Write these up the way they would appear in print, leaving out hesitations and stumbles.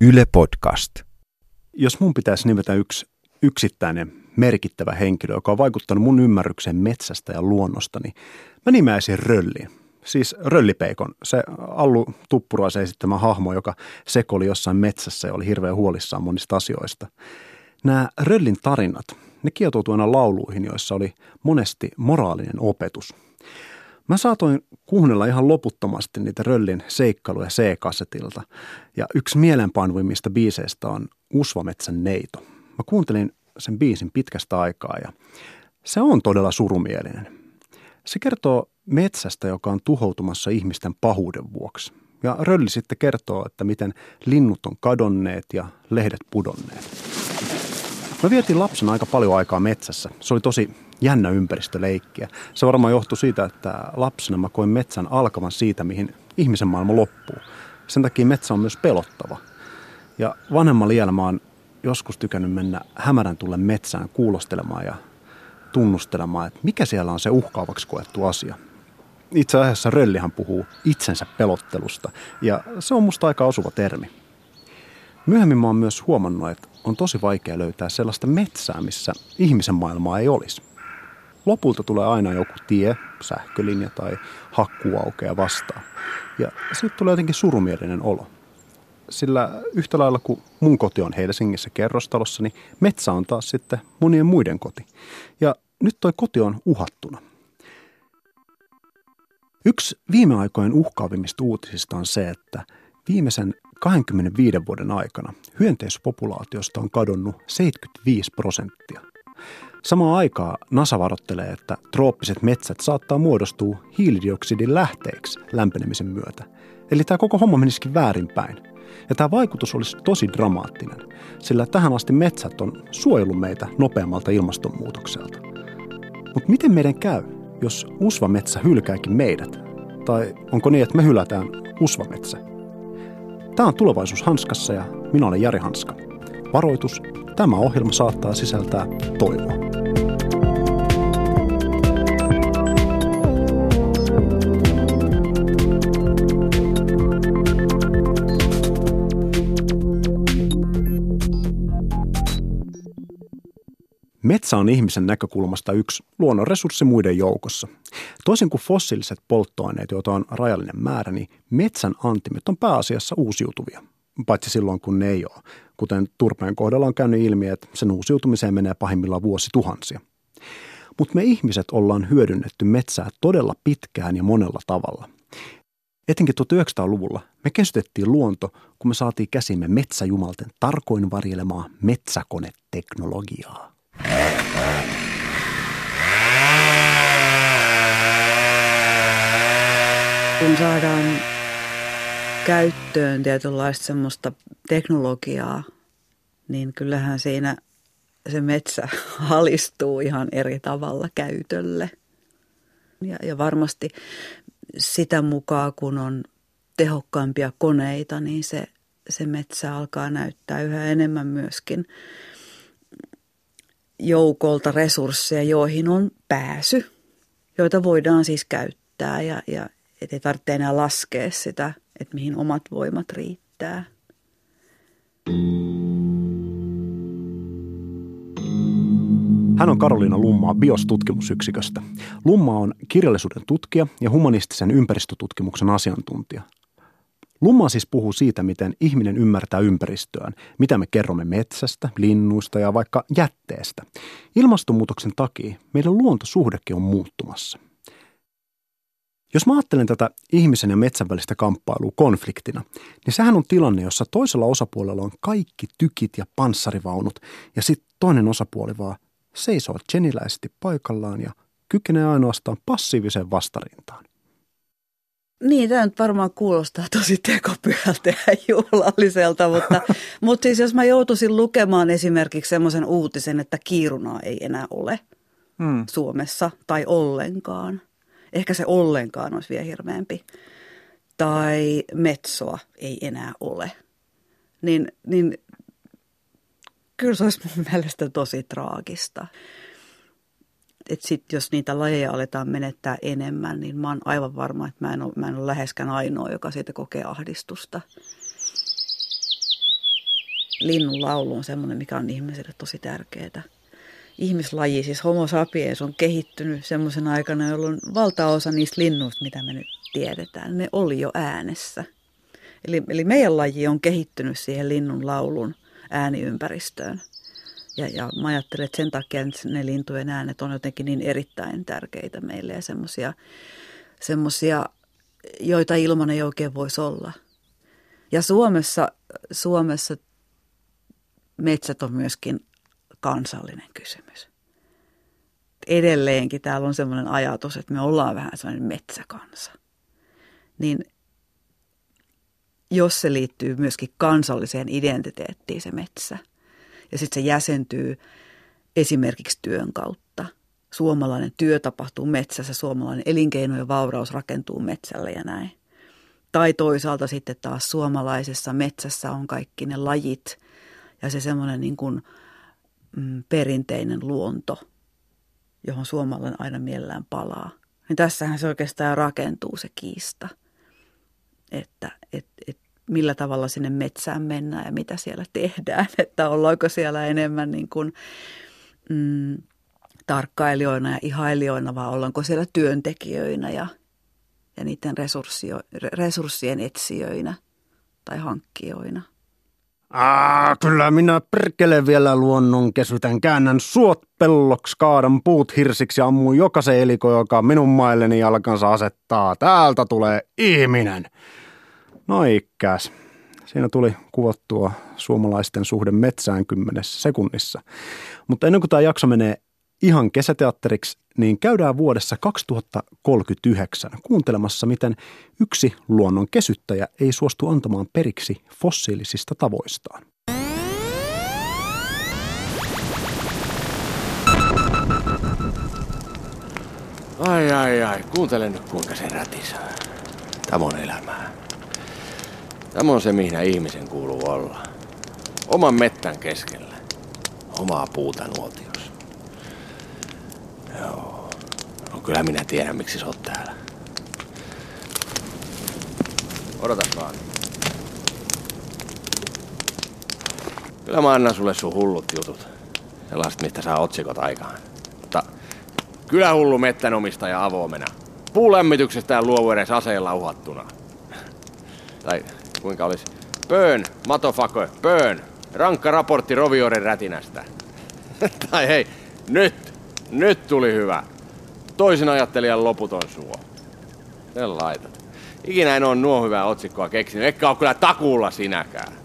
Yle Podcast. Jos mun pitäisi nimetä yksi yksittäinen merkittävä henkilö, joka on vaikuttanut mun ymmärrykseen metsästä ja luonnosta, niin mä nimeäisin Röllin. Siis Röllipeikon, se Allu Tuppuraisen esittämä hahmo, joka sekoili jossain metsässä ja oli hirveän huolissaan monista asioista. Nämä Röllin tarinat, ne kietoutuivat aina lauluihin, joissa oli monesti moraalinen opetus. Mä saatoin kuunnella ihan loputtomasti niitä Röllin seikkailuja C-kasetilta, ja yksi mielenpainuvimmista biiseistä on Usvametsän neito. Mä kuuntelin sen biisin pitkästä aikaa, ja se on todella surumielinen. Se kertoo metsästä, joka on tuhoutumassa ihmisten pahuuden vuoksi. Ja Rölli sitten kertoo, että miten linnut on kadonneet ja lehdet pudonneet. Mä vietin lapsena aika paljon aikaa metsässä. Se oli tosi jännä ympäristöleikkiä. Se varmaan johtui siitä, että lapsena mä koin metsän alkavan siitä, mihin ihmisen maailma loppuu. Sen takia metsä on myös pelottava. Ja vanhemmalla iällä mä oon joskus tykännyt mennä hämärän tullen metsään kuulostelemaan ja tunnustelemaan, että mikä siellä on se uhkaavaksi koettu asia. Itse asiassa Röllihän puhuu itsensä pelottelusta, ja se on musta aika osuva termi. Myöhemmin mä oon myös huomannut, että on tosi vaikea löytää sellaista metsää, missä ihmisen maailmaa ei olisi. Lopulta tulee aina joku tie, sähkölinja tai hakkuaukea vastaan. Ja siitä tulee jotenkin surumielinen olo. Sillä yhtä lailla kuin mun koti on Helsingissä kerrostalossa, niin metsä on taas sitten monien muiden koti. Ja nyt toi koti on uhattuna. Yksi viime aikojen uhkaavimmista uutisista on se, että viimeisen 25 vuoden aikana hyönteispopulaatiosta on kadonnut 75%. Samaan aikaan NASA varoittelee, että trooppiset metsät saattaa muodostua hiilidioksidin lähteeksi lämpenemisen myötä. Eli tämä koko homma menisikin väärinpäin. Ja tämä vaikutus olisi tosi dramaattinen, sillä tähän asti metsät on suojellut meitä nopeammalta ilmastonmuutokselta. Mutta miten meidän käy, jos usvametsä hylkääkin meidät? Tai onko niin, että me hylätään usvametsä? Tämä on Tulevaisuus hanskassa ja minä olen Jari Hanska. Varoitus, tämä ohjelma saattaa sisältää toivoa. Metsä on ihmisen näkökulmasta yksi luonnonresurssi muiden joukossa. Toisin kuin fossiiliset polttoaineet, joita on rajallinen määrä, niin metsän antimet on pääasiassa uusiutuvia, paitsi silloin kun ne ei ole. Kuten turpeen kohdalla on käynyt ilmi, että sen uusiutumiseen menee pahimmillaan vuosituhansia. Mutta me ihmiset ollaan hyödynnetty metsää todella pitkään ja monella tavalla. Etenkin 1900-luvulla me kesytettiin luonto, kun me saatiin käsimme metsäjumalten tarkoin varjelemaa metsäkoneteknologiaa. Kun saadaan käyttöön tietynlaista semmoista teknologiaa, niin kyllähän siinä se metsä alistuu ihan eri tavalla käytölle. Ja varmasti sitä mukaan, kun on tehokkaampia koneita, niin se metsä alkaa näyttää yhä enemmän myöskin joukolta resursseja, joihin on pääsy, joita voidaan siis käyttää ja ei tarvitse enää laskea sitä, että mihin omat voimat riittää. Hän on Karoliina Lummaa BIOS-tutkimusyksiköstä. Lummaa on kirjallisuuden tutkija ja humanistisen ympäristötutkimuksen asiantuntija. Lummaa siis puhuu siitä, miten ihminen ymmärtää ympäristöään, mitä me kerromme metsästä, linnuista ja vaikka jätteestä. Ilmastonmuutoksen takia meidän luontosuhdekin on muuttumassa. Jos mä ajattelen tätä ihmisen ja metsän välistä kamppailua konfliktina, niin sehän on tilanne, jossa toisella osapuolella on kaikki tykit ja panssarivaunut ja sitten toinen osapuoli vaan seisoo geniläisesti paikallaan ja kykenee ainoastaan passiiviseen vastarintaan. Niin, tämä nyt varmaan kuulostaa tosi tekopyhältä ja juhlalliselta, mutta siis jos mä joutuisin lukemaan esimerkiksi semmoisen uutisen, että kiirunaa ei enää ole Suomessa tai ollenkaan. Ehkä se ollenkaan olisi vielä hirveämpi. Tai metsoa ei enää ole. Niin kyllä se olisi mun mielestä tosi traagista. Että sitten jos niitä lajeja aletaan menettää enemmän, niin mä oon aivan varma, että mä en ole läheskään ainoa, joka siitä kokee ahdistusta. linnun laulu on semmoinen, mikä on ihmiselle tosi tärkeää. Ihmislaji, siis homo sapiens, on kehittynyt semmoisen aikana, jolloin valtaosa niistä linnuista, mitä me nyt tiedetään, ne oli jo äänessä. Eli meidän laji on kehittynyt siihen linnun laulun ääniympäristöön. Ja mä ajattelen, että sen takia ne lintujen äänet on jotenkin niin erittäin tärkeitä meille ja semmoisia, joita ilman ei oikein voisi olla. Ja Suomessa metsät on myöskin kansallinen kysymys. Edelleenkin täällä on semmoinen ajatus, että me ollaan vähän semmoinen metsäkansa. Niin jos se liittyy myöskin kansalliseen identiteettiin se metsä, ja sitten se jäsentyy esimerkiksi työn kautta. Suomalainen työ tapahtuu metsässä, suomalainen elinkeino ja vauraus rakentuu metsälle ja näin. Tai toisaalta sitten taas suomalaisessa metsässä on kaikki ne lajit ja se semmoinen niin kuin perinteinen luonto, johon suomalainen aina mielellään palaa. Niin tässähän se oikeastaan rakentuu se kiista, että millä tavalla sinne metsään mennään ja mitä siellä tehdään, että ollaanko siellä enemmän niin kuin, tarkkailijoina ja ihailijoina vai ollaanko siellä työntekijöinä ja niiden resurssien etsijöinä tai hankkijoina. Kyllä minä perkele vielä luonnon kesytän, käännän suot pelloksi, kaadan puut hirsiksi ja ammun jokaisen eliko, joka minun mailleni jalkansa asettaa. Täältä tulee ihminen. No ikäs. Siinä tuli kuvattua suomalaisten suhde metsään 10 sekunnissa. Mutta ennen kuin tämä jakso menee ihan kesäteatteriksi, niin käydään vuodessa 2039 kuuntelemassa, miten yksi luonnon kesyttäjä ei suostu antamaan periksi fossiilisista tavoistaan. Ai, kuuntele nyt kuinka se rätisää. Tämä on elämää. Tämä on se, mihin ihmisen kuuluu olla. Oman mettän keskellä. Omaa puuta nuotiossa. Joo. No kyllä minä tiedän, miksi sä oot täällä. Odotas vaan. Kyllä mä annan sulle sun hullut jutut. Sellaiset, mistä saa otsikot aikaan. Mutta kyllä hullu metsänomistaja avoimena. Puulämmityksestään luovu edes aseella uhattuna. Tai kuinka olisi? Burn, motherfucker, burn. Rankka raportti rovioiden rätinästä. Tai hei, nyt tuli hyvä. Toisin ajattelijan loputon suo. Sen laitat. Ikinä en ole nuo hyvää otsikkoa keksinyt, eikä ole kyllä takuulla sinäkään.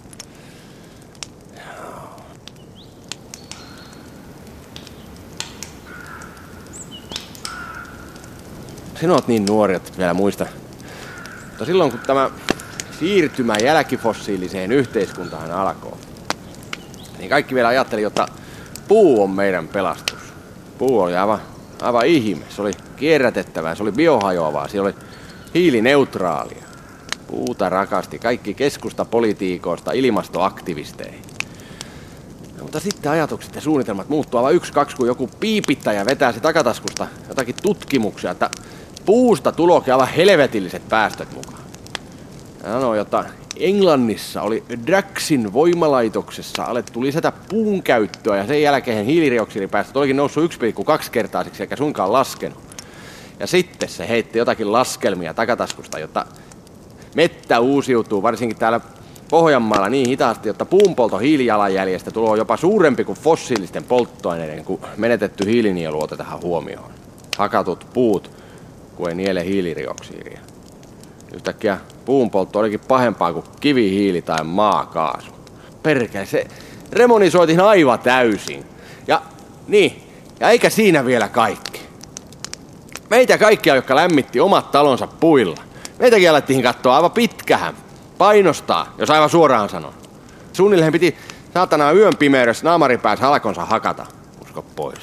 Sinä oot niin nuori, että vielä muista. Mutta silloin kun tämä siirtymä jälkifossiiliseen yhteiskuntaan alkoi, niin kaikki vielä ajatteli, että puu on meidän pelastus. Puu oli aivan ihme. Se oli kierrätettävää, se oli biohajoavaa, se oli hiilineutraalia. Puuta rakasti kaikki keskustapolitiikoista ilmastoaktivisteihin. No, mutta sitten ajatukset ja suunnitelmat muuttuu aivan 1-2, kun joku piipittäjä vetää se takataskusta jotakin tutkimuksia, että puusta tulokin aivan helvetilliset päästöt mukaan. Ja sanoi, että Englannissa oli Draxin voimalaitoksessa alettu lisätä puun käyttöä ja sen jälkeen hiilidioksidipäästöt olikin noussut 1,2-kertaisiksi eikä suinkaan laskenut. Ja sitten se heitti jotakin laskelmia takataskusta, jotta mettä uusiutuu varsinkin täällä Pohjanmaalla niin hitaasti, jotta puunpolto hiilijalanjäljestä tulee jopa suurempi kuin fossiilisten polttoaineiden, kun menetetty hiilinielu otetaan huomioon. Hakatut puut, kun ei niele hiilidioksidia. Yhtäkkiä puunpoltto olikin pahempaa kuin kivihiili tai maakaasu. Perkele, se remonisoitiin aivan täysin. Ja eikä siinä vielä kaikki. Meitä kaikkia, jotka lämmitti omat talonsa puilla. Meitäkin alettiin katsoa aivan pitkähän. Painostaa, jos aivan suoraan sanon. Suunnilleen piti saatana yön pimeydessä naamaripäässä halkonsa hakata. Usko pois.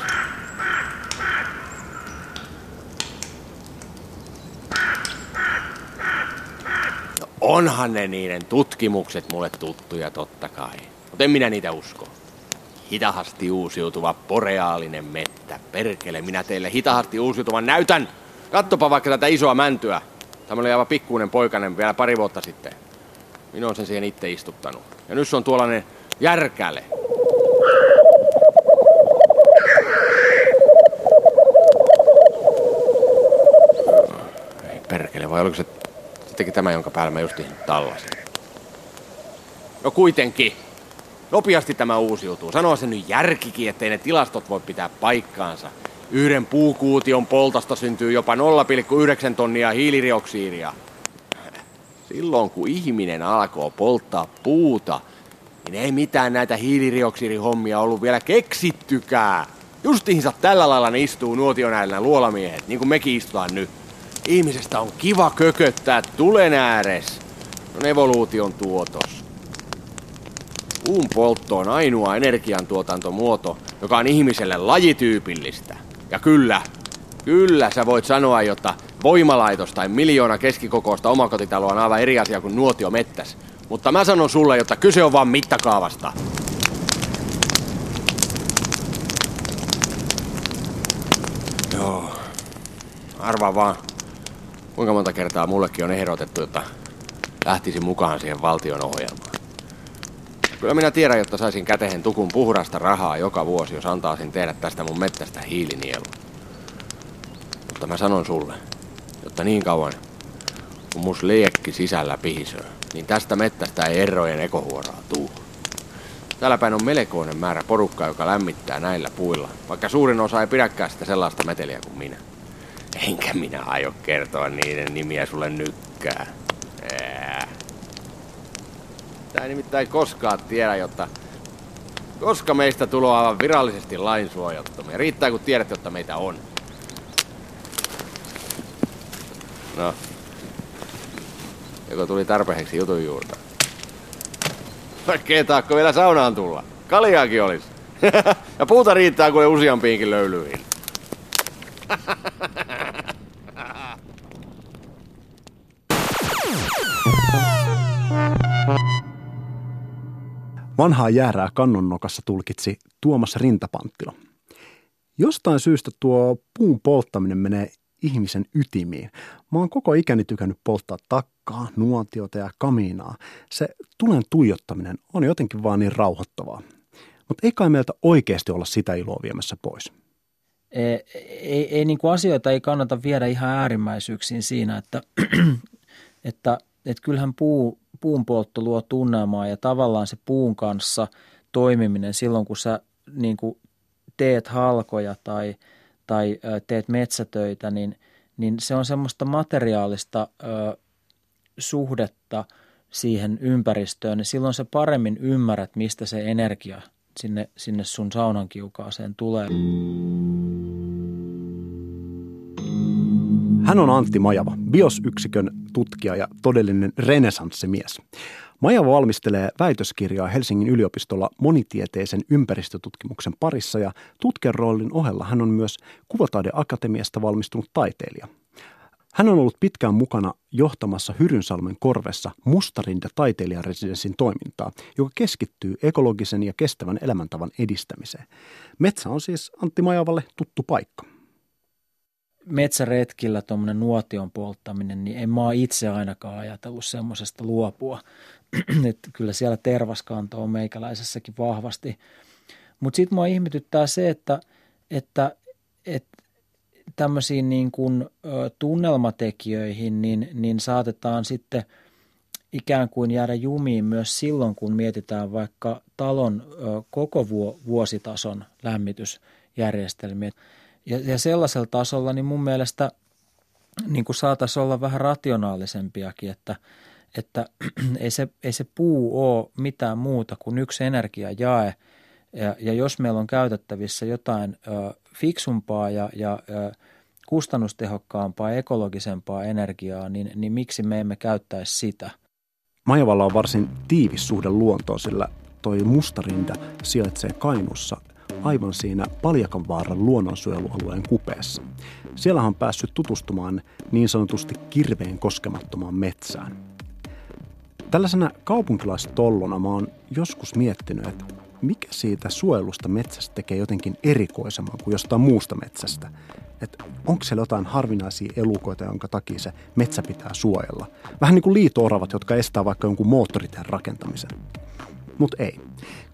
No onhan ne niiden tutkimukset mulle tuttuja totta kai. Mutta en minä niitä usko. Hitahasti uusiutuva boreaalinen mettä. Perkele, minä teille hitahasti uusiutuvan näytän. Kattopa vaikka tätä isoa mäntyä. Tämä oli aivan pikkuinen poikainen vielä pari vuotta sitten. Minä olen sen siihen itse istuttanut. Ja nyt se on tuollainen Järkäle. Ei perkele, vai oliko se sittenkin tämä, jonka päällä mä justiin tallasin? No kuitenkin. Nopeasti tämä uusiutuu. Sanoa se nyt järkikin, ettei ne tilastot voi pitää paikkaansa. Yhden puukuution poltosta syntyy jopa 0,9 tonnia hiilidioksidia. Silloin kun ihminen alkoi polttaa puuta, niin ei mitään näitä hiilidioksidihommia ollut vielä keksittykään. Justiinsa tällä lailla ne istuu nuotionäillä luolamiehet, niin kuin mekin istutaan nyt. Ihmisestä on kiva kököttää tulen ääres. On evoluution tuotos. Puun poltto on ainoa energiantuotantomuoto, joka on ihmiselle lajityypillistä. Ja kyllä sä voit sanoa, jotta voimalaitos tai 1 miljoona keskikokoista omakotitaloa on aivan eri asia kuin nuotiomettäs. Mutta mä sanon sulle, jotta kyse on vaan mittakaavasta. Joo. Arvaa vaan, kuinka monta kertaa mullekin on ehdotettu, jotta lähtisin mukaan siihen valtion ohjelmaan. Kyllä minä tiedän, jotta saisin kätehen tukun puhdasta rahaa joka vuosi, jos antaisin tehdä tästä mun mettästä hiilinielua. Mutta mä sanon sulle, jotta niin kauan kun mus liekki sisällä pihisöö, niin tästä mettästä ei erojen ekohuoraa tuu. Täällä päin on melkoinen määrä porukkaa, joka lämmittää näillä puilla, vaikka suurin osa ei pidäkään sitä sellaista meteliä kuin minä. Enkä minä aio kertoa niiden nimiä sulle nykkää. Tää ei nimittäin koskaan tiedä, jotta koska meistä tulee aivan virallisesti lainsuojattomia. Riittää kun tiedät, jotta meitä on. No. Joko tuli tarpeeksi jutun juurta? Keetaakko vielä saunaan tulla? Kaljaakin olis. Ja puuta riittää kuin useampiinkin löylyihin. Vanhaa jäärää kannonnokassa tulkitsi Tuomas Rintapanttila. Jostain syystä tuo puun polttaminen menee ihmisen ytimiin. Mä oon koko ikäni tykännyt polttaa takkaa, nuotiota ja kamiinaa. Se tulen tuijottaminen on jotenkin vaan niin rauhoittavaa. Mutta ei kai meiltä oikeasti olla sitä iloa viemässä pois. Ei niin kuin asioita ei kannata viedä ihan äärimmäisyyksiin siinä, että kyllähän puun poltto luo tunnelmaa ja tavallaan se puun kanssa toimiminen silloin, kun sä niin kuin teet halkoja tai teet metsätöitä, niin se on semmoista materiaalista suhdetta siihen ympäristöön. Ja silloin sä paremmin ymmärrät, mistä se energia sinne sun saunan kiukaaseen tulee. Hän on Antti Majava, BIOS-yksikön tutkija ja todellinen renesanssimies. Majava valmistelee väitöskirjaa Helsingin yliopistolla monitieteisen ympäristötutkimuksen parissa ja tutkijan roolin ohella hän on myös Kuvataideakatemiasta valmistunut taiteilija. Hän on ollut pitkään mukana johtamassa Hyrynsalmen Korvessa Mustarinta taiteilijaresidenssin toimintaa, joka keskittyy ekologisen ja kestävän elämäntavan edistämiseen. Metsä on siis Antti Majavalle tuttu paikka. Metsäretkillä tuommoinen nuotion polttaminen, niin en mä itse ainakaan ajatellut semmoisesta luopua. Että kyllä siellä tervaskanto on meikäläisessäkin vahvasti. Mutta sitten mua ihmetyttää se, että tämmöisiin niin kuin tunnelmatekijöihin niin saatetaan sitten ikään kuin jäädä jumiin myös silloin, kun mietitään vaikka talon koko vuositason lämmitysjärjestelmiä. Ja sellaisella tasolla niin mun mielestä niin kuin saataisiin olla vähän rationaalisempiakin, että ei se puu ole mitään muuta kuin yksi energiajae. Ja jos meillä on käytettävissä jotain fiksumpaa ja kustannustehokkaampaa, ekologisempaa energiaa, niin miksi me emme käyttäisi sitä? Majavalla on varsin tiivis suhde luontoon, sillä toi Mustarinta sijaitsee Kainuussa aivan siinä Paljakanvaaran luonnonsuojelualueen kupeessa. Siellä on päässyt tutustumaan niin sanotusti kirveen koskemattomaan metsään. Tällaisena kaupunkilaistollona mä oon joskus miettinyt, että mikä siitä suojelusta metsästä tekee jotenkin erikoisemman kuin jostain muusta metsästä. Että onko siellä jotain harvinaisia elukoita, jonka takia se metsä pitää suojella. Vähän niin kuin liito-oravat, jotka estää vaikka jonkun moottoritien rakentamisen. Mutta ei.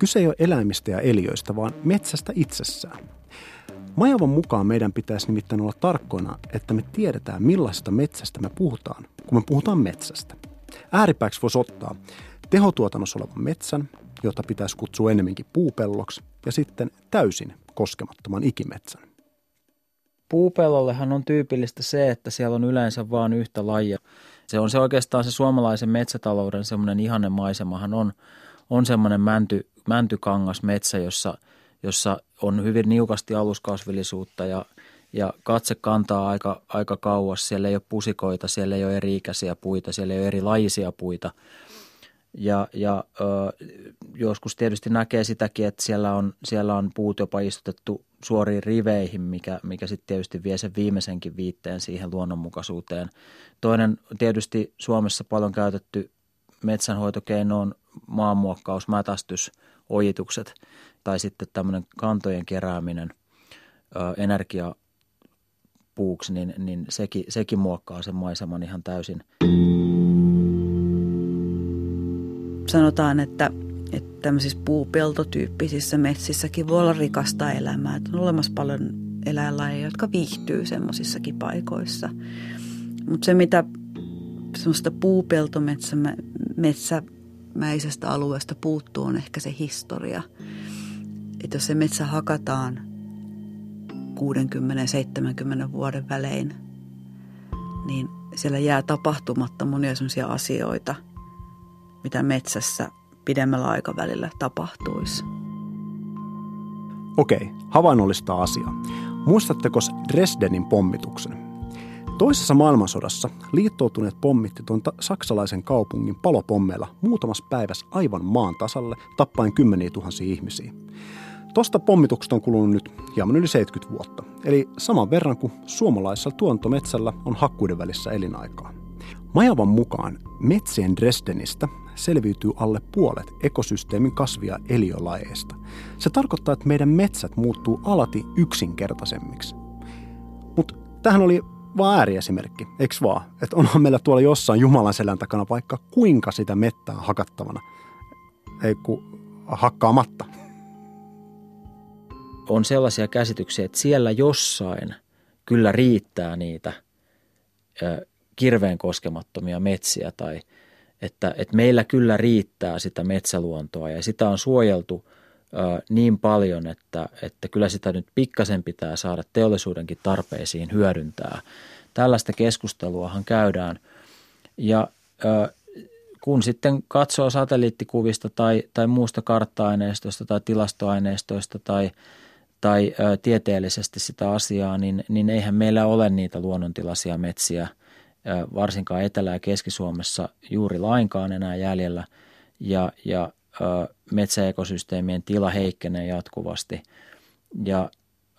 Kyse ei ole eläimistä ja eliöistä, vaan metsästä itsessään. Majavan mukaan meidän pitäisi nimittäin olla tarkkoina, että me tiedetään millaisesta metsästä me puhutaan, kun me puhutaan metsästä. Ääripääksi voisi ottaa tehotuotannossa olevan metsän, jota pitäisi kutsua enemmänkin puupelloksi, ja sitten täysin koskemattoman ikimetsän. Puupellollehan on tyypillistä se, että siellä on yleensä vain yhtä lajia. Se on se oikeastaan se suomalaisen metsätalouden semmoinen ihannemaisemahan on semmoinen mäntykangas metsä, jossa on hyvin niukasti aluskasvillisuutta ja katse kantaa aika kauas. Siellä ei ole pusikoita, siellä ei ole eri-ikäisiä puita, siellä ei ole erilajisia puita. Ja joskus tietysti näkee sitäkin, että siellä on puut jopa istutettu suoriin riveihin, mikä sitten tietysti vie sen viimeisenkin viitteen siihen luonnonmukaisuuteen. Toinen tietysti Suomessa paljon käytetty metsänhoitokeino on maanmuokkaus, mätästys, ojitukset tai sitten tämmöinen kantojen kerääminen energiapuuksi, niin sekin muokkaa sen maiseman ihan täysin. Sanotaan, että tämmöisissä puupeltotyyppisissä metsissäkin voi olla rikasta elämää. Että on olemassa paljon eläinlajeja, jotka viihtyy semmoisissakin paikoissa. Mutta se, mitä semmoista puupeltometsämäisestä alueesta puuttuu, on ehkä se historia. Että jos se metsä hakataan 60-70 vuoden välein, niin siellä jää tapahtumatta monia semmoisia asioita, mitä metsässä pidemmällä aikavälillä tapahtuisi. Okei, havainnollista asiaa. Muistatteko Dresdenin pommituksen? Toisessa maailmansodassa liittoutuneet pommitti tuon saksalaisen kaupungin palopommeilla muutamassa päivässä aivan maan tasalle, tappaen 10 000 ihmisiä. Tuosta pommituksesta on kulunut nyt hieman yli 70 vuotta, eli saman verran kuin suomalaisella tuontometsällä on hakkuiden välissä elinaikaa. Majavan mukaan metsien Dresdenistä selviytyy alle puolet ekosysteemin kasvia eliölajeista. Se tarkoittaa, että meidän metsät muuttuu alati yksinkertaisemmiksi. Mutta tämähän oli vaan ääriesimerkki, eikö vaan? Että onhan meillä tuolla jossain Jumalan selän takana vaikka kuinka sitä mettää hakattavana, ei kun hakkaamatta. On sellaisia käsityksiä, että siellä jossain kyllä riittää niitä kirveen koskemattomia metsiä tai että meillä kyllä riittää sitä metsäluontoa ja sitä on suojeltu niin paljon, että kyllä sitä nyt pikkasen pitää saada teollisuudenkin tarpeisiin hyödyntää. Tällaista keskusteluahan käydään ja kun sitten katsoo satelliittikuvista tai muusta kartta-aineistosta tai tilastoaineistoista tai tieteellisesti sitä asiaa, niin eihän meillä ole niitä luonnontilaisia metsiä, varsinkaan Etelä- ja Keski-Suomessa juuri lainkaan enää jäljellä ja metsäekosysteemien tila heikkenee jatkuvasti ja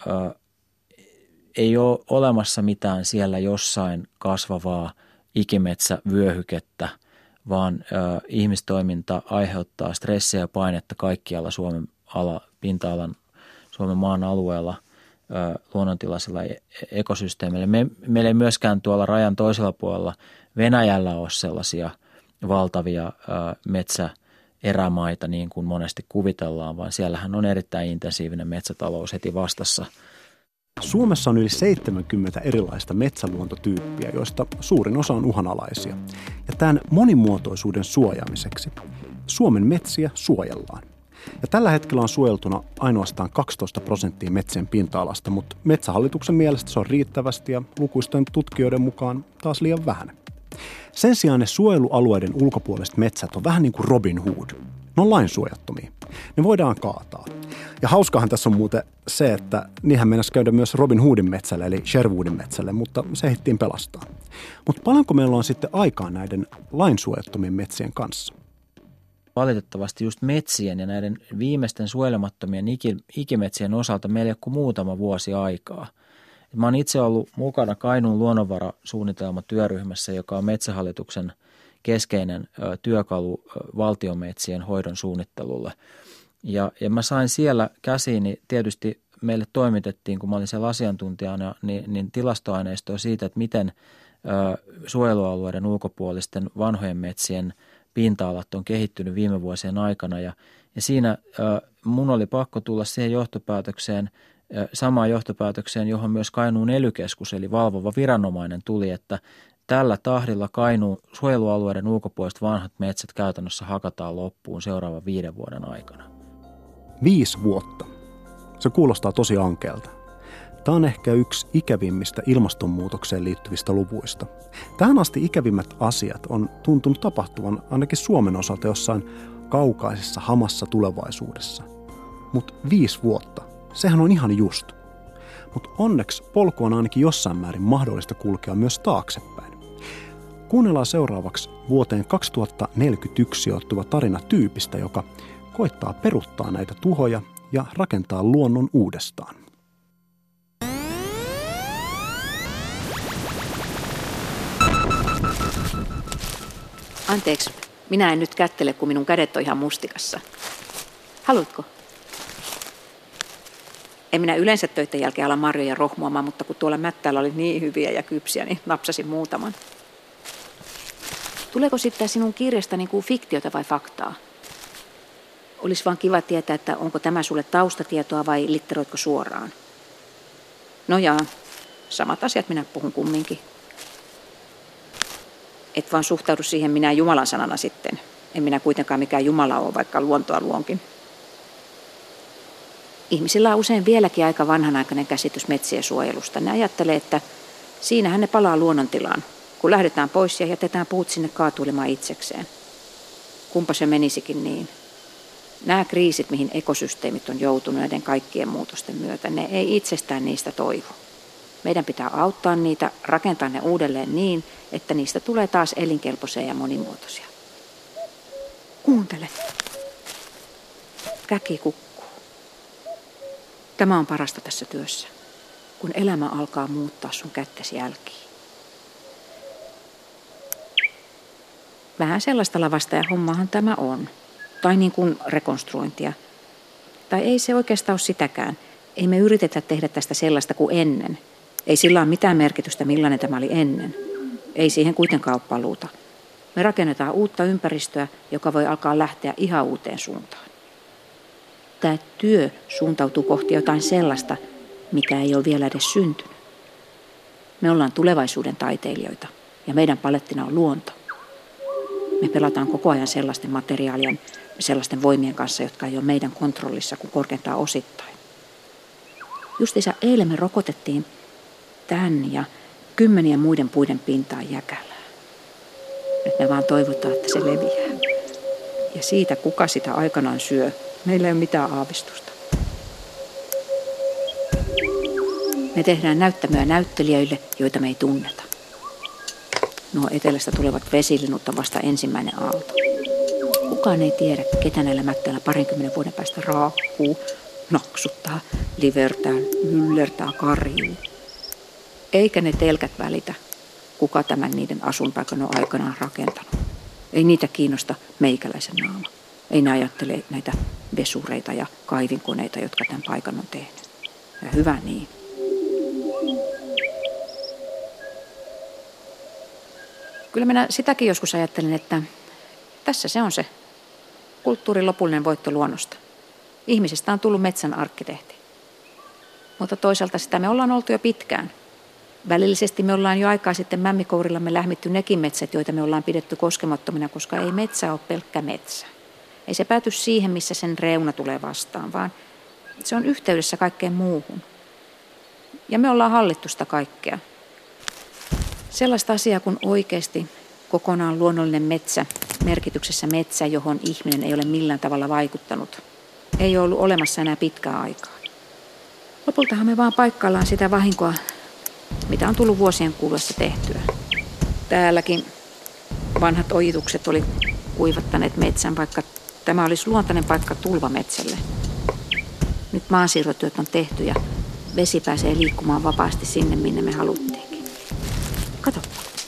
ei ole olemassa mitään siellä jossain kasvavaa ikimetsävyöhykettä, vaan ihmistoiminta aiheuttaa stressiä ja painetta kaikkialla Suomen pinta-alan Suomen maan alueella luonnontilaisilla ekosysteemeillä. Meillä ei myöskään tuolla rajan toisella puolella Venäjällä ole sellaisia valtavia metsäerämaita niin kuin monesti kuvitellaan, vaan siellähän on erittäin intensiivinen metsätalous heti vastassa. Suomessa on yli 70 erilaista metsäluontotyyppiä, joista suurin osa on uhanalaisia. Ja tämän monimuotoisuuden suojaamiseksi Suomen metsiä suojellaan. Ja tällä hetkellä on suojeltuna ainoastaan 12% metsien pinta-alasta, mutta Metsähallituksen mielestä se on riittävästi ja lukuisten tutkijoiden mukaan taas liian vähän. Sen sijaan ne suojelualueiden ulkopuoliset metsät on vähän niin kuin Robin Hood. Ne on lainsuojattomia. Ne voidaan kaataa. Ja hauskahan tässä on muuten se, että niinhän meinasi käydä myös Robin Hoodin metsälle, eli Sherwoodin metsälle, mutta se ehdittiin pelastaa. Mutta paljonko meillä on sitten aikaa näiden lainsuojattomien metsien kanssa? Valitettavasti just metsien ja näiden viimeisten suojelemattomien ikimetsien osalta meillä ei ole kuin muutama vuosi aikaa. Mä oon itse ollut mukana Kainuun luonnonvarasuunnitelmatyöryhmässä, joka on Metsähallituksen keskeinen työkalu valtionmetsien hoidon suunnittelulle. Ja mä sain siellä käsiini, tietysti meille toimitettiin, kun mä olin siellä asiantuntijana, niin tilastoaineistoa siitä, että miten suojelualueiden ulkopuolisten vanhojen metsien pinta-alat on kehittynyt viime vuosien aikana ja Ja siinä mun oli pakko tulla siihen johtopäätökseen, samaan johtopäätökseen, johon myös Kainuun ELY-keskus eli valvova viranomainen tuli, että tällä tahdilla Kainuun suojelualueiden ulkopuoliset vanhat metsät käytännössä hakataan loppuun seuraavan 5 vuoden aikana. 5 vuotta. Se kuulostaa tosi ankealta. Tämä on ehkä yksi ikävimmistä ilmastonmuutokseen liittyvistä luvuista. Tähän asti ikävimmät asiat on tuntunut tapahtuvan ainakin Suomen osalta jossain kaukaisessa hamassa tulevaisuudessa. Mutta 5 vuotta, sehän on ihan just. Mutta onneksi polku on ainakin jossain määrin mahdollista kulkea myös taaksepäin. Kuunnellaan seuraavaksi vuoteen 2041 sijoittuva tarina tyypistä, joka koittaa peruuttaa näitä tuhoja ja rakentaa luonnon uudestaan. Anteeksi, minä en nyt kättele, kun minun kädet on ihan mustikassa. Haluatko? En minä yleensä töiden jälkeen ala marjoja rohmuamaan, mutta kun tuolla mättäällä oli niin hyviä ja kypsiä, niin napsasin muutaman. Tuleeko sitten sinun kirjasta niin kuin fiktiota vai faktaa? Olisi vaan kiva tietää, että onko tämä sulle taustatietoa vai litteroitko suoraan. No jaa, samat asiat minä puhun kumminkin. Et vaan suhtaudu siihen minä Jumalan sanana sitten. En minä kuitenkaan mikään Jumala ole, vaikka luontoa luonkin. Ihmisillä on usein vieläkin aika vanhanaikainen käsitys metsien suojelusta. Ne ajattelee, että siinähän ne palaa luonnontilaan, kun lähdetään pois ja jätetään puut sinne kaatuilemaan itsekseen. Kumpa se menisikin niin. Nämä kriisit, mihin ekosysteemit on joutunut näiden kaikkien muutosten myötä, ne ei itsestään niistä toivu. Meidän pitää auttaa niitä, rakentaa ne uudelleen niin, että niistä tulee taas elinkelpoisia ja monimuotoisia. Kuuntele. Käki kukkuu. Tämä on parasta tässä työssä, kun elämä alkaa muuttaa sun kättesi jälkiin. Vähän sellaista lavasta ja hommaahan tämä on. Tai niin kuin rekonstruointia. Tai ei se oikeastaan ole sitäkään. Ei me yritetä tehdä tästä sellaista kuin ennen. Ei sillä ole mitään merkitystä, millainen tämä oli ennen. Ei siihen kuitenkaan ole paluuta. Me rakennetaan uutta ympäristöä, joka voi alkaa lähteä ihan uuteen suuntaan. Tämä työ suuntautuu kohti jotain sellaista, mikä ei ole vielä edes syntynyt. Me ollaan tulevaisuuden taiteilijoita ja meidän palettina on luonto. Me pelataan koko ajan sellaisten materiaalien, sellaisten voimien kanssa, jotka ei ole meidän kontrollissa kuin korkeintaan osittain. Justiinsa eilen me rokotettiin tän ja 10 muiden puiden pintaan jäkällä. Nyt me vaan toivotaan, että se leviää. Ja siitä, kuka sitä aikanaan syö, meillä ei ole mitään aavistusta. Me tehdään näyttämöä näyttelijöille, joita me ei tunneta. Nuo etelästä tulevat vesilinut on vasta ensimmäinen aalto. Kukaan ei tiedä, ketä näillä mättäillä 20 vuoden päästä raakkuu, naksuttaa, livertää, myllertää, karjuu. Eikä ne telkät välitä, kuka tämän niiden asuinpaikan on aikanaan rakentanut. Ei niitä kiinnosta meikäläisen naama. Ei ne ajattele näitä vesureita ja kaivinkoneita, jotka tämän paikan on tehnyt. Ja hyvä niin. Kyllä minä sitäkin joskus ajattelen, että tässä se on se kulttuurin lopullinen voitto luonnosta. Ihmisestä on tullut metsän arkkitehti. Mutta toisaalta sitä me ollaan oltu jo pitkään. Välillisesti me ollaan jo aikaa sitten mämmikourillamme lähmitty nekin metsät, joita me ollaan pidetty koskemattomina, koska ei metsä ole pelkkä metsä. Ei se pääty siihen, missä sen reuna tulee vastaan, vaan se on yhteydessä kaikkeen muuhun. Ja me ollaan hallittu sitä kaikkea. Sellaista asiaa kuin oikeasti kokonaan luonnollinen metsä, merkityksessä metsä, johon ihminen ei ole millään tavalla vaikuttanut, ei ole ollut olemassa enää pitkää aikaa. Lopultahan me vaan paikkaillaan sitä vahinkoa, mitä on tullut vuosien kuluessa tehtyä. Täälläkin vanhat ojitukset oli kuivattaneet metsän, vaikka tämä olisi luontainen paikka tulvametsälle. Nyt maansiirtotyöt on tehty ja vesi pääsee liikkumaan vapaasti sinne, minne me haluttiinkin. Katoppa.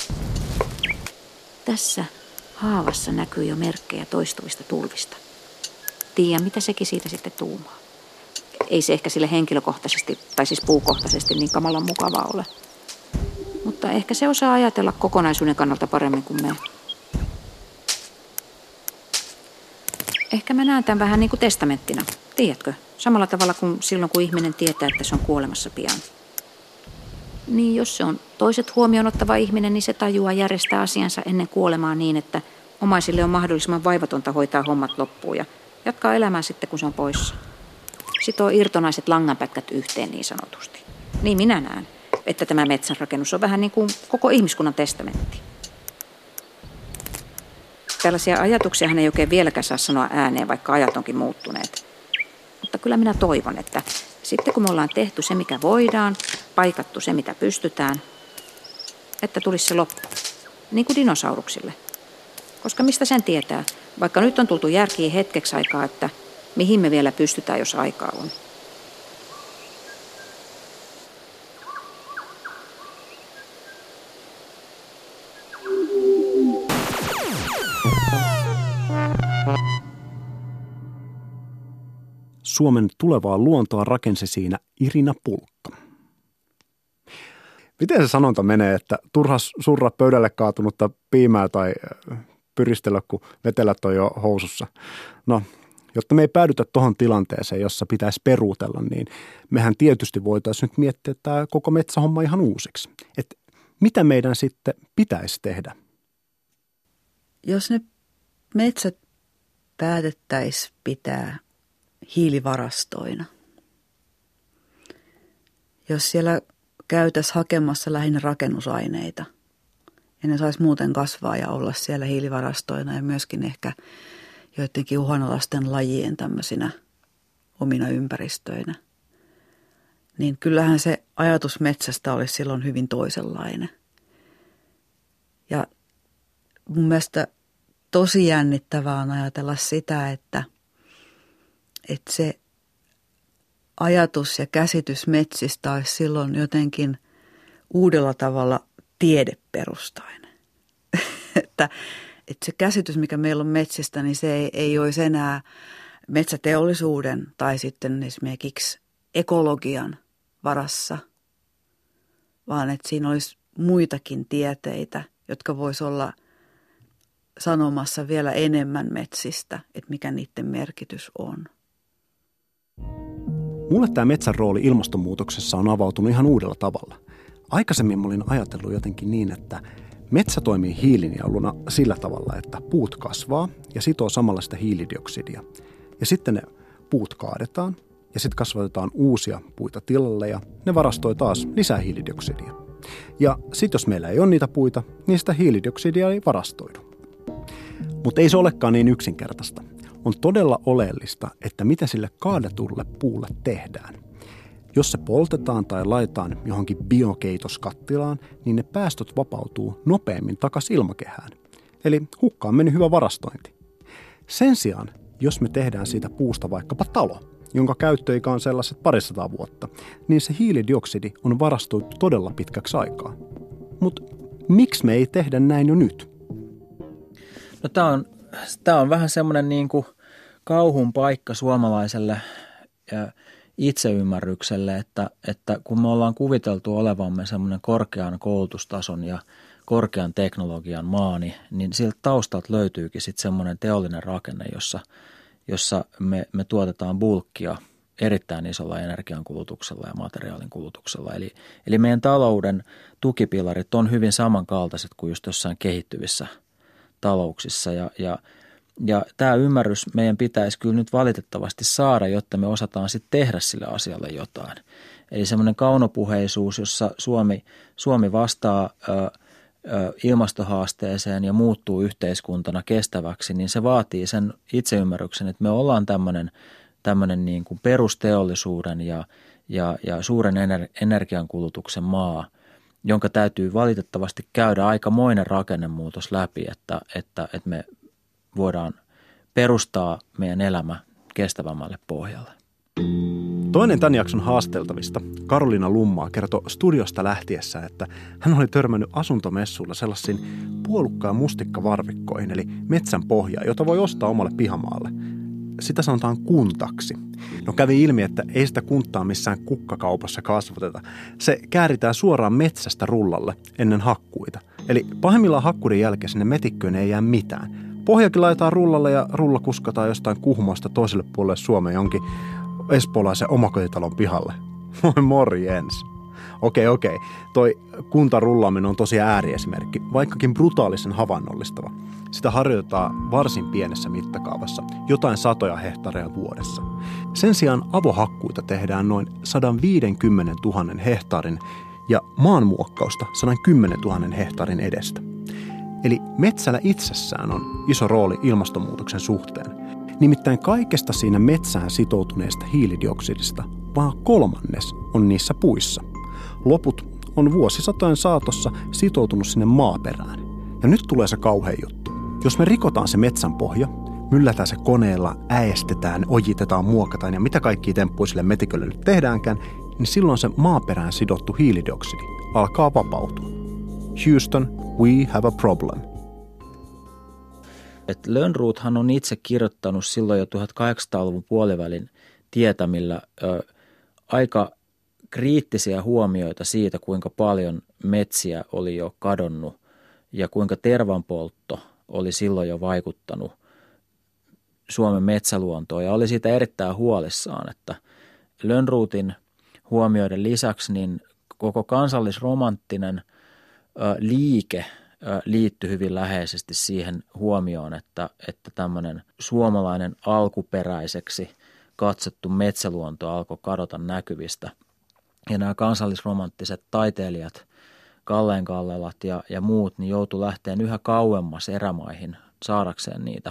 Tässä haavassa näkyy jo merkkejä toistuvista tulvista. Tiedän, mitä sekin siitä sitten tuumaa. Ei se ehkä sille henkilökohtaisesti, tai siis puukohtaisesti niin kamalan mukavaa ole. Mutta ehkä se osaa ajatella kokonaisuuden kannalta paremmin kuin me. Ehkä mä näen tämän vähän niin kuin testamenttina. Tiedätkö? Samalla tavalla kuin silloin, kun ihminen tietää, että se on kuolemassa pian. Niin jos se on toiset huomioon ottava ihminen, niin se tajuaa järjestää asiansa ennen kuolemaa niin, että omaisille on mahdollisimman vaivatonta hoitaa hommat loppuun ja jatkaa elämää sitten, kun se on poissa. Sitoo irtonaiset langanpätkät yhteen niin sanotusti. Niin minä näen, että tämä metsänrakennus on vähän niin kuin koko ihmiskunnan testamentti. Tällaisia ajatuksiahan ei oikein vieläkään saa sanoa ääneen, vaikka ajat onkin muuttuneet. Mutta kyllä minä toivon, että sitten kun me ollaan tehty se, mikä voidaan, paikattu se, mitä pystytään, että tulisi se loppu. Niin kuin dinosauruksille. Koska mistä sen tietää, vaikka nyt on tultu järkiin hetkeksi aikaa, että mihin me vielä pystytään, jos aikaa on. Suomen tulevaa luontoa rakensi siinä Irina Pulkka. Miten se sanonta menee, että turha surra pöydälle kaatunutta piimää tai pyristellä, kun vetelät on jo housussa? No, jotta me ei päädytä tuohon tilanteeseen, jossa pitäisi peruutella, niin mehän tietysti voitaisiin nyt miettiä tämä koko metsähomma ihan uusiksi. Että mitä meidän sitten pitäisi tehdä? Jos nyt metsät päätettäisiin pitää hiilivarastoina. Jos siellä käytäisiin hakemassa lähinnä rakennusaineita ja ne saisi muuten kasvaa ja olla siellä hiilivarastoina ja myöskin ehkä joidenkin uhanalaisten lajien tämmöisinä omina ympäristöinä, niin kyllähän se ajatus metsästä olisi silloin hyvin toisenlainen. Ja mun mielestä tosi jännittävää on ajatella sitä, että se ajatus ja käsitys metsistä olisi silloin jotenkin uudella tavalla tiedeperustainen. että se käsitys, mikä meillä on metsistä, niin se ei olisi enää metsäteollisuuden tai sitten esimerkiksi ekologian varassa, vaan että siinä olisi muitakin tieteitä, jotka voisi olla sanomassa vielä enemmän metsistä, että mikä niiden merkitys on. Mulle tämä metsän rooli ilmastonmuutoksessa on avautunut ihan uudella tavalla. Aikaisemmin mä olin ajatellut jotenkin niin, että metsä toimii hiilinieluna sillä tavalla, että puut kasvaa ja sitoo samalla sitä hiilidioksidia. Ja sitten ne puut kaadetaan ja sitten kasvatetaan uusia puita tilalle ja ne varastoi taas lisää hiilidioksidia. Ja sitten jos meillä ei ole niitä puita, niin sitä hiilidioksidia ei varastoidu. Mutta ei se olekaan niin yksinkertaista. On todella oleellista, että mitä sille kaadetulle puulle tehdään. Jos se poltetaan tai laitetaan johonkin biokeitoskattilaan, niin ne päästöt vapautuu nopeammin takaisin ilmakehään. Eli hukkaan meni hyvä varastointi. Sen sijaan, jos me tehdään siitä puusta vaikkapa talo, jonka käyttöikä on sellaiset 200 vuotta, niin se hiilidioksidi on varastoitu todella pitkäksi aikaa. Mutta miksi me ei tehdä näin jo nyt? No tämä on vähän semmoinen niin kuin kauhun paikka suomalaiselle itseymmärrykselle, että kun me ollaan kuviteltu olevamme semmoinen korkean koulutustason ja korkean teknologian maa, niin siltä taustalta löytyykin sitten semmoinen teollinen rakenne, jossa me tuotetaan bulkkia erittäin isolla energiankulutuksella ja materiaalin kulutuksella. Eli meidän talouden tukipilarit on hyvin samankaltaiset kuin just jossain kehittyvissä talouksissa ja tämä ymmärrys meidän pitäisi kyllä nyt valitettavasti saada, jotta me osataan sitten tehdä sille asialle jotain. Eli semmoinen kaunopuheisuus, jossa Suomi vastaa ilmastohaasteeseen ja muuttuu yhteiskuntana kestäväksi, niin se vaatii sen itseymmärryksen, että me ollaan tämmöinen niin kuin perusteollisuuden ja suuren energiankulutuksen maa, jonka täytyy valitettavasti käydä aikamoinen rakennemuutos läpi, että me voidaan perustaa meidän elämä kestävämmälle pohjalle. Toinen tämän jakson haasteltavista, Karoliina Lummaa, kertoi studiosta lähtiessä, että hän oli törmännyt asuntomessuilla sellaisiin puolukka- ja mustikkavarvikkoihin, eli metsän pohjaa, jota voi ostaa omalle pihamaalle. Sitä sanotaan kuntaksi. No kävi ilmi, että ei sitä kunttaa missään kukkakaupassa kasvateta. Se kääritään suoraan metsästä rullalle ennen hakkuita. Eli pahimmillaan hakkuiden jälkeen sinne metikköön ei jää mitään. Pohjakin laitetaan rullalle ja rulla kuskataan jostain Kuhmoista toiselle puolelle Suomeen jonkin espoolaisen omakotitalon pihalle. Moi morjens. Okei. Toi kuntarullaaminen on tosiaan ääriesimerkki, vaikkakin brutaalisen havainnollistava. Sitä harjoitetaan varsin pienessä mittakaavassa, jotain 100 hehtaaria vuodessa. Sen sijaan avohakkuita tehdään noin 150 000 hehtaarin ja maanmuokkausta 110 000 hehtaarin edestä. Eli metsällä itsessään on iso rooli ilmastonmuutoksen suhteen. Nimittäin kaikesta siinä metsään sitoutuneesta hiilidioksidista vaan 1/3 on niissä puissa. Loput on vuosisatojen saatossa sitoutunut sinne maaperään. Ja nyt tulee se kauhea juttu. Jos me rikotaan se metsän pohja, myllätään se koneella, äestetään, ojitetaan, muokataan ja mitä kaikkia temppuja sille metikölle nyt tehdäänkään, niin silloin se maaperään sidottu hiilidioksidi alkaa vapautua. Houston, we have a problem. Lönnrothhan on itse kirjoittanut silloin jo 1800-luvun puolivälin tietämillä aika kriittisiä huomioita siitä, kuinka paljon metsiä oli jo kadonnut ja kuinka tervanpoltto oli silloin jo vaikuttanut Suomen metsäluontoon. Ja oli siitä erittäin huolissaan, että Lönnrothin huomioiden lisäksi niin koko kansallisromanttinen liike liittyi hyvin läheisesti siihen huomioon, että tämmöinen suomalainen alkuperäiseksi katsottu metsäluonto alkoi kadota näkyvistä. Ja nämä kansallisromanttiset taiteilijat, Kalleen Kallelat ja muut, niin joutui lähteen yhä kauemmas erämaihin saadakseen niitä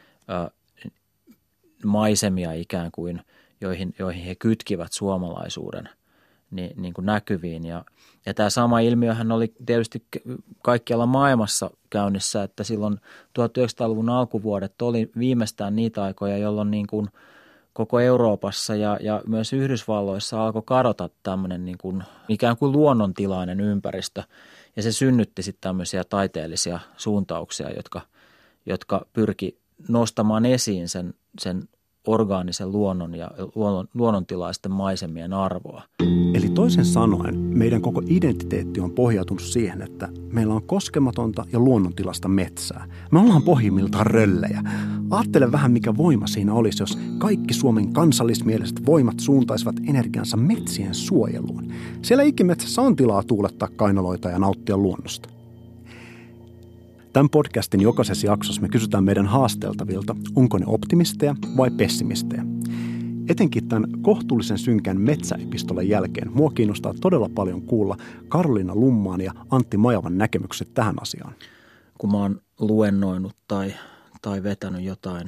maisemia ikään kuin, joihin he kytkivät suomalaisuuden niin kuin näkyviin. Ja tämä sama ilmiöhän oli tietysti kaikkialla maailmassa käynnissä, että silloin 1900-luvun alkuvuodet oli viimeistään niitä aikoja, jolloin niin kuin koko Euroopassa ja myös Yhdysvalloissa alkoi kadota tämmöinen niin kuin ikään kuin luonnontilainen ympäristö. Ja se synnytti sitten tämmöisiä taiteellisia suuntauksia, jotka pyrki nostamaan esiin sen orgaanisen luonnon ja luonnontilaisten maisemien arvoa. Eli toisin sanoen meidän koko identiteetti on pohjautunut siihen, että meillä on koskematonta ja luonnontilasta metsää. Me ollaan pohjimmiltaan röllejä. Aattele vähän, mikä voima siinä olisi, jos kaikki Suomen kansallismieliset voimat suuntaisivat energiansa metsien suojeluun. Siellä ikimetsässä on tilaa tuulettaa kainaloita ja nauttia luonnosta. Tämän podcastin jokaisessa jaksossa me kysytään meidän haasteltavilta, onko ne optimisteja vai pessimistejä. Etenkin tämän kohtuullisen synkän metsäepistolan jälkeen mua kiinnostaa todella paljon kuulla Karoliina Lummaan ja Antti Majavan näkemykset tähän asiaan. Kun mä oon luennoinut tai vetänyt jotain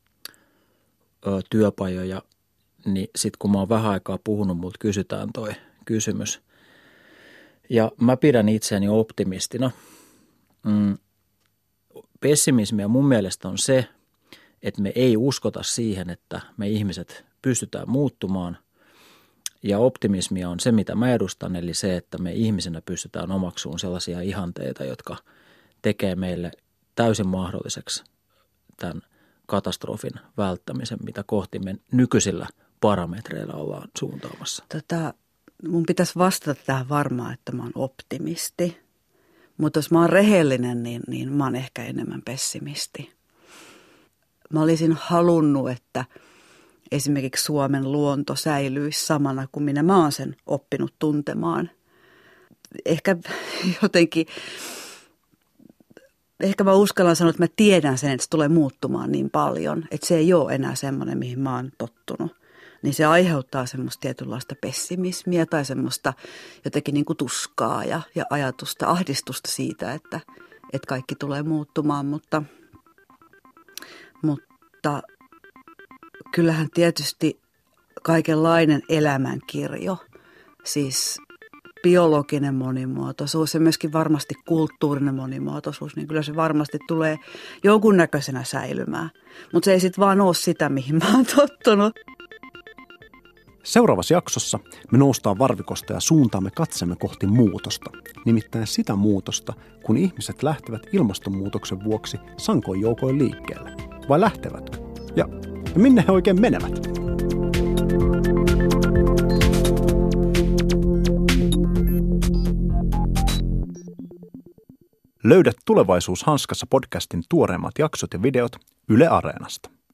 työpajoja, niin sit kun mä oon vähän aikaa puhunut, multa kysytään toi kysymys. Ja mä pidän itseäni optimistina. Pessimismiä mun mielestä on se, että me ei uskota siihen, että me ihmiset pystytään muuttumaan. Ja optimismia on se, mitä mä edustan, eli se, että me ihmisenä pystytään omaksumaan sellaisia ihanteita, jotka tekee meille täysin mahdolliseksi tämän katastrofin välttämisen, mitä kohti me nykyisillä parametreilla ollaan suuntaamassa. Mun pitäisi vastata tähän varmaan, että mä oon optimisti. Mutta jos mä oon rehellinen, niin mä oon ehkä enemmän pessimisti. Mä olisin halunnut, että esimerkiksi Suomen luonto säilyisi samana kuin minä mä oon sen oppinut tuntemaan. Ehkä jotenkin, ehkä mä uskallan sanoa, että mä tiedän sen, että se tulee muuttumaan niin paljon, että se ei ole enää semmoinen, mihin mä oon tottunut. Niin se aiheuttaa semmoista tietynlaista pessimismiä tai semmoista jotenkin niin kuin tuskaa ja ajatusta, ahdistusta siitä, että kaikki tulee muuttumaan. Mutta kyllähän tietysti kaikenlainen elämänkirjo, siis biologinen monimuotoisuus ja myöskin varmasti kulttuurinen monimuotoisuus, niin kyllä se varmasti tulee jonkunnäköisenä säilymään. Mutta se ei sitten vaan ole sitä, mihin mä oon tottunut. Seuraavassa jaksossa me noustaan varvikosta ja suuntaamme katsemme kohti muutosta. Nimittäin sitä muutosta, kun ihmiset lähtevät ilmastonmuutoksen vuoksi sankoin joukoin liikkeelle. Vai lähtevätkö? Ja minne he oikein menevät? Löydät Tulevaisuus hanskassa podcastin tuoreimmat jaksot ja videot Yle Areenasta.